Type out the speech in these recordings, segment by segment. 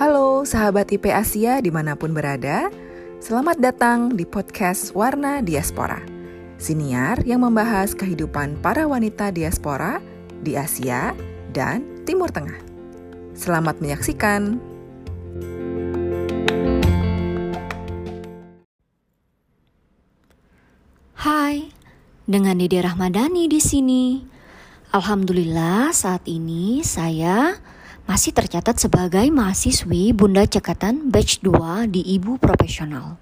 Halo sahabat IP Asia dimanapun berada, selamat datang di podcast Warna Diaspora. Siniar yang membahas kehidupan para wanita diaspora di Asia dan Timur Tengah. Selamat menyaksikan. Hai, dengan Dede Rahmadani di sini. Alhamdulillah saat ini saya masih tercatat sebagai mahasiswi Bunda Cekatan Batch 2 di Ibu Profesional.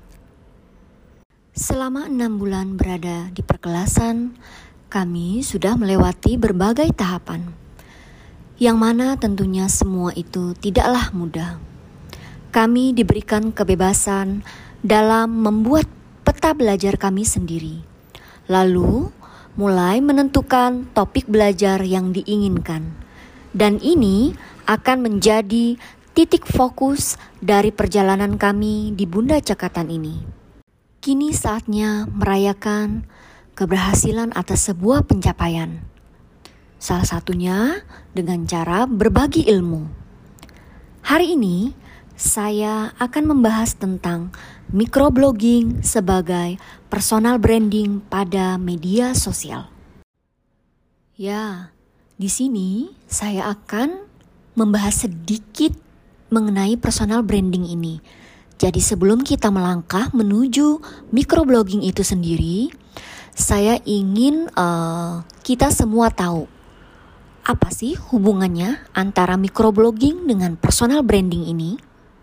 Selama 6 bulan berada di perkelasan, kami sudah melewati berbagai tahapan, yang mana tentunya semua itu tidaklah mudah. Kami diberikan kebebasan dalam membuat peta belajar kami sendiri, lalu mulai menentukan topik belajar yang diinginkan. Dan ini akan menjadi titik fokus dari perjalanan kami di Bunda Cekatan ini. Kini saatnya merayakan keberhasilan atas sebuah pencapaian. Salah satunya dengan cara berbagi ilmu. Hari ini saya akan membahas tentang microblogging sebagai personal branding pada media sosial. Ya, di sini saya akan membahas sedikit mengenai personal branding ini. Jadi sebelum kita melangkah menuju microblogging itu sendiri, saya ingin kita semua tahu apa sih hubungannya antara microblogging dengan personal branding ini.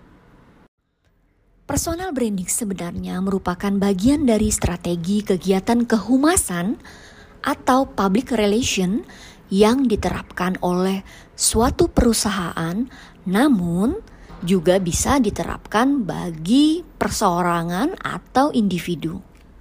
Personal branding sebenarnya merupakan bagian dari strategi kegiatan kehumasan atau public relation yang diterapkan oleh suatu perusahaan, namun juga bisa diterapkan bagi perseorangan atau individu.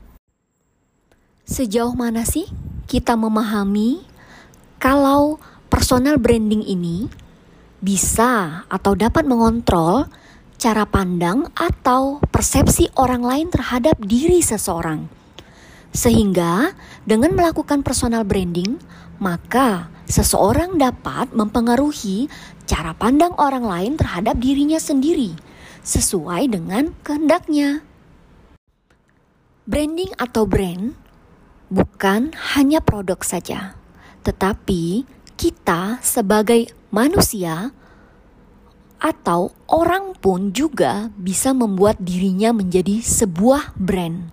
Sejauh mana sih kita memahami kalau personal branding ini bisa atau dapat mengontrol cara pandang atau persepsi orang lain terhadap diri seseorang? Sehingga dengan melakukan personal branding, maka seseorang dapat mempengaruhi cara pandang orang lain terhadap dirinya sendiri sesuai dengan kehendaknya. Branding atau brand bukan hanya produk saja, tetapi kita sebagai manusia atau orang pun juga bisa membuat dirinya menjadi sebuah brand.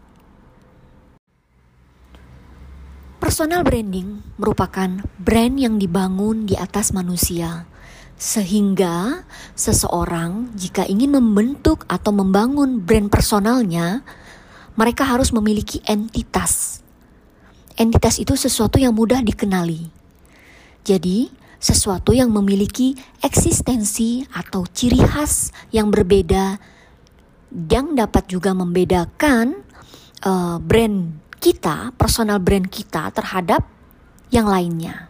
Personal branding merupakan brand yang dibangun di atas manusia, sehingga seseorang jika ingin membentuk atau membangun brand personalnya, mereka harus memiliki entitas. Entitas itu sesuatu yang mudah dikenali. Jadi, sesuatu yang memiliki eksistensi atau ciri khas yang berbeda, yang dapat juga membedakan brand kita, personal brand kita terhadap yang lainnya.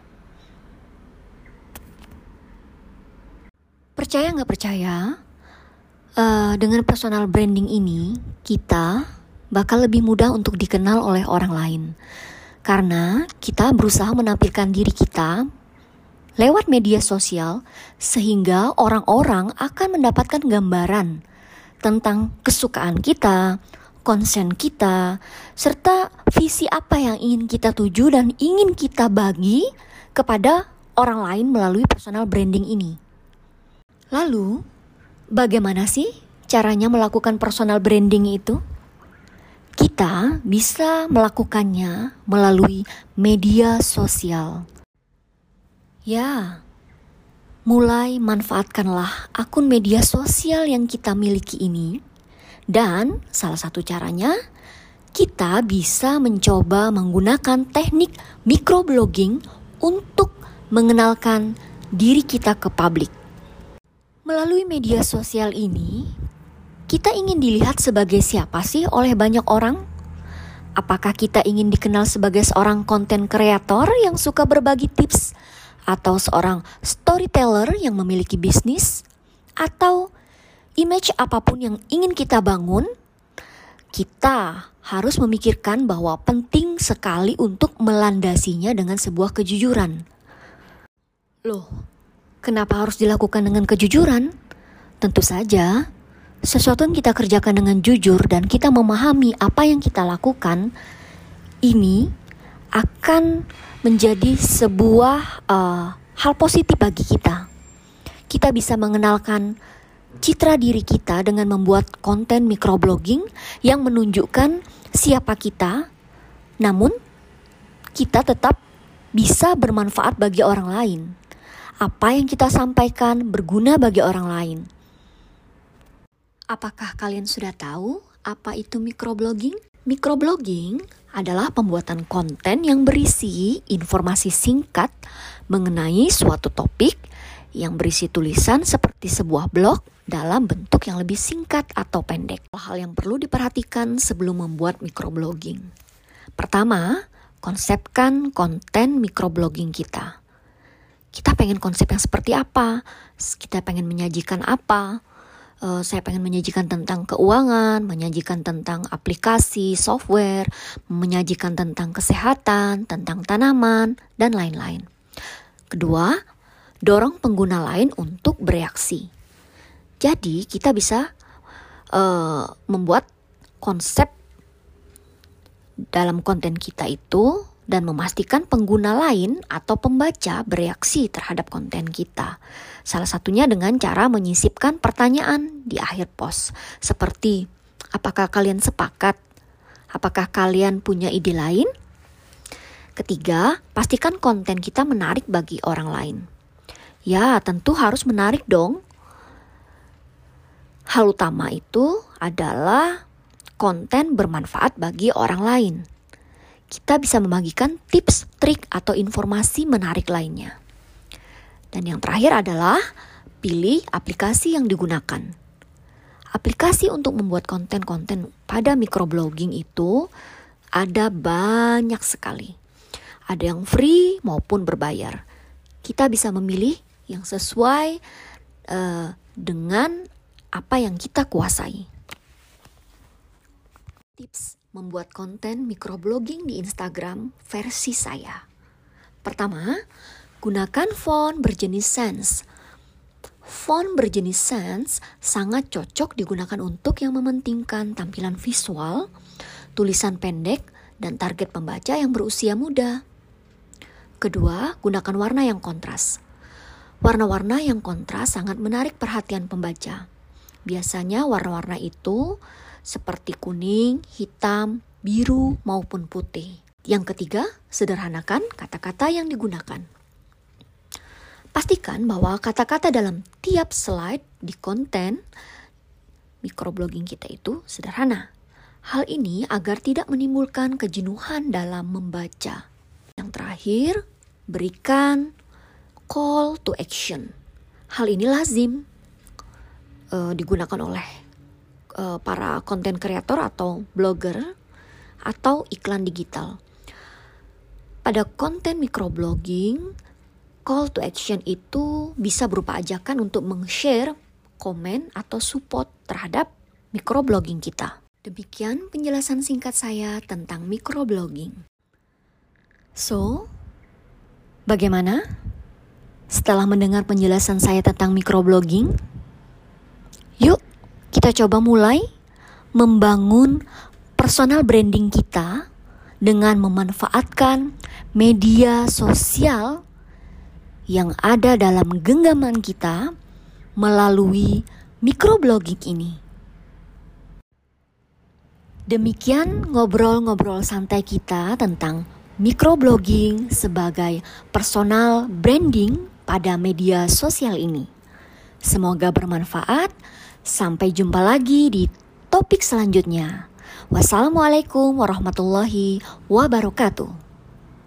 Percaya nggak percaya, dengan personal branding ini kita bakal lebih mudah untuk dikenal oleh orang lain. Karena kita berusaha menampilkan diri kita lewat media sosial sehingga orang-orang akan mendapatkan gambaran tentang kesukaan kita, konsen kita, serta visi apa yang ingin kita tuju dan ingin kita bagi kepada orang lain melalui personal branding ini. Lalu, bagaimana sih caranya melakukan personal branding itu? Kita bisa melakukannya melalui media sosial. Ya, mulai manfaatkanlah akun media sosial yang kita miliki ini. Dan salah satu caranya, kita bisa mencoba menggunakan teknik microblogging untuk mengenalkan diri kita ke publik. Melalui media sosial ini, kita ingin dilihat sebagai siapa sih oleh banyak orang? Apakah kita ingin dikenal sebagai seorang content creator yang suka berbagi tips? Atau seorang storyteller yang memiliki bisnis? Atau image apapun yang ingin kita bangun, kita harus memikirkan bahwa penting sekali untuk melandasinya dengan sebuah kejujuran. Loh, kenapa harus dilakukan dengan kejujuran? Tentu saja, sesuatu yang kita kerjakan dengan jujur dan kita memahami apa yang kita lakukan, ini akan menjadi sebuah hal positif bagi kita. Kita bisa mengenalkan citra diri kita dengan membuat konten microblogging yang menunjukkan siapa kita, namun kita tetap bisa bermanfaat bagi orang lain. Apa yang kita sampaikan berguna bagi orang lain. Apakah kalian sudah tahu apa itu microblogging? Microblogging adalah pembuatan konten yang berisi informasi singkat mengenai suatu topik yang berisi tulisan seperti sebuah blog dalam bentuk yang lebih singkat atau pendek. Hal yang perlu diperhatikan sebelum membuat microblogging. Pertama, konsepkan konten microblogging kita. Kita pengen konsep yang seperti apa? Kita pengen menyajikan apa? Saya pengen menyajikan tentang keuangan, menyajikan tentang aplikasi, software, menyajikan tentang kesehatan, tentang tanaman, dan lain-lain. Kedua, dorong pengguna lain untuk bereaksi. Jadi kita bisa membuat konsep dalam konten kita itu dan memastikan pengguna lain atau pembaca bereaksi terhadap konten kita. Salah satunya dengan cara menyisipkan pertanyaan di akhir post. Seperti, apakah kalian sepakat? Apakah kalian punya ide lain? Ketiga, pastikan konten kita menarik bagi orang lain. Ya, tentu harus menarik dong. Hal utama itu adalah konten bermanfaat bagi orang lain. Kita bisa membagikan tips, trik, atau informasi menarik lainnya. Dan yang terakhir adalah pilih aplikasi yang digunakan. Aplikasi untuk membuat konten-konten pada microblogging itu ada banyak sekali. Ada yang free maupun berbayar. Kita bisa memilih yang sesuai dengan apa yang kita kuasai. Tips membuat konten microblogging di Instagram versi saya. Pertama, gunakan font berjenis sans. Font berjenis sans sangat cocok digunakan untuk yang mementingkan tampilan visual, tulisan pendek, dan target pembaca yang berusia muda. Kedua, gunakan warna yang kontras. Warna-warna yang kontras sangat menarik perhatian pembaca. Biasanya warna-warna itu seperti kuning, hitam, biru, maupun putih. Yang ketiga, sederhanakan kata-kata yang digunakan. Pastikan bahwa kata-kata dalam tiap slide di konten microblogging kita itu sederhana. Hal ini agar tidak menimbulkan kejenuhan dalam membaca. Yang terakhir, berikan call to action. Hal ini lazim digunakan oleh para konten kreator atau blogger atau iklan digital. Pada konten microblogging, call to action itu bisa berupa ajakan untuk meng-share, komen, atau support terhadap microblogging kita. Demikian penjelasan singkat saya tentang microblogging. So, bagaimana? Setelah mendengar penjelasan saya tentang microblogging, yuk kita coba mulai membangun personal branding kita dengan memanfaatkan media sosial yang ada dalam genggaman kita melalui microblogging ini. Demikian ngobrol-ngobrol santai kita tentang microblogging sebagai personal branding pada media sosial ini. Semoga bermanfaat. Sampai jumpa lagi di topik selanjutnya. Wassalamualaikum warahmatullahi wabarakatuh.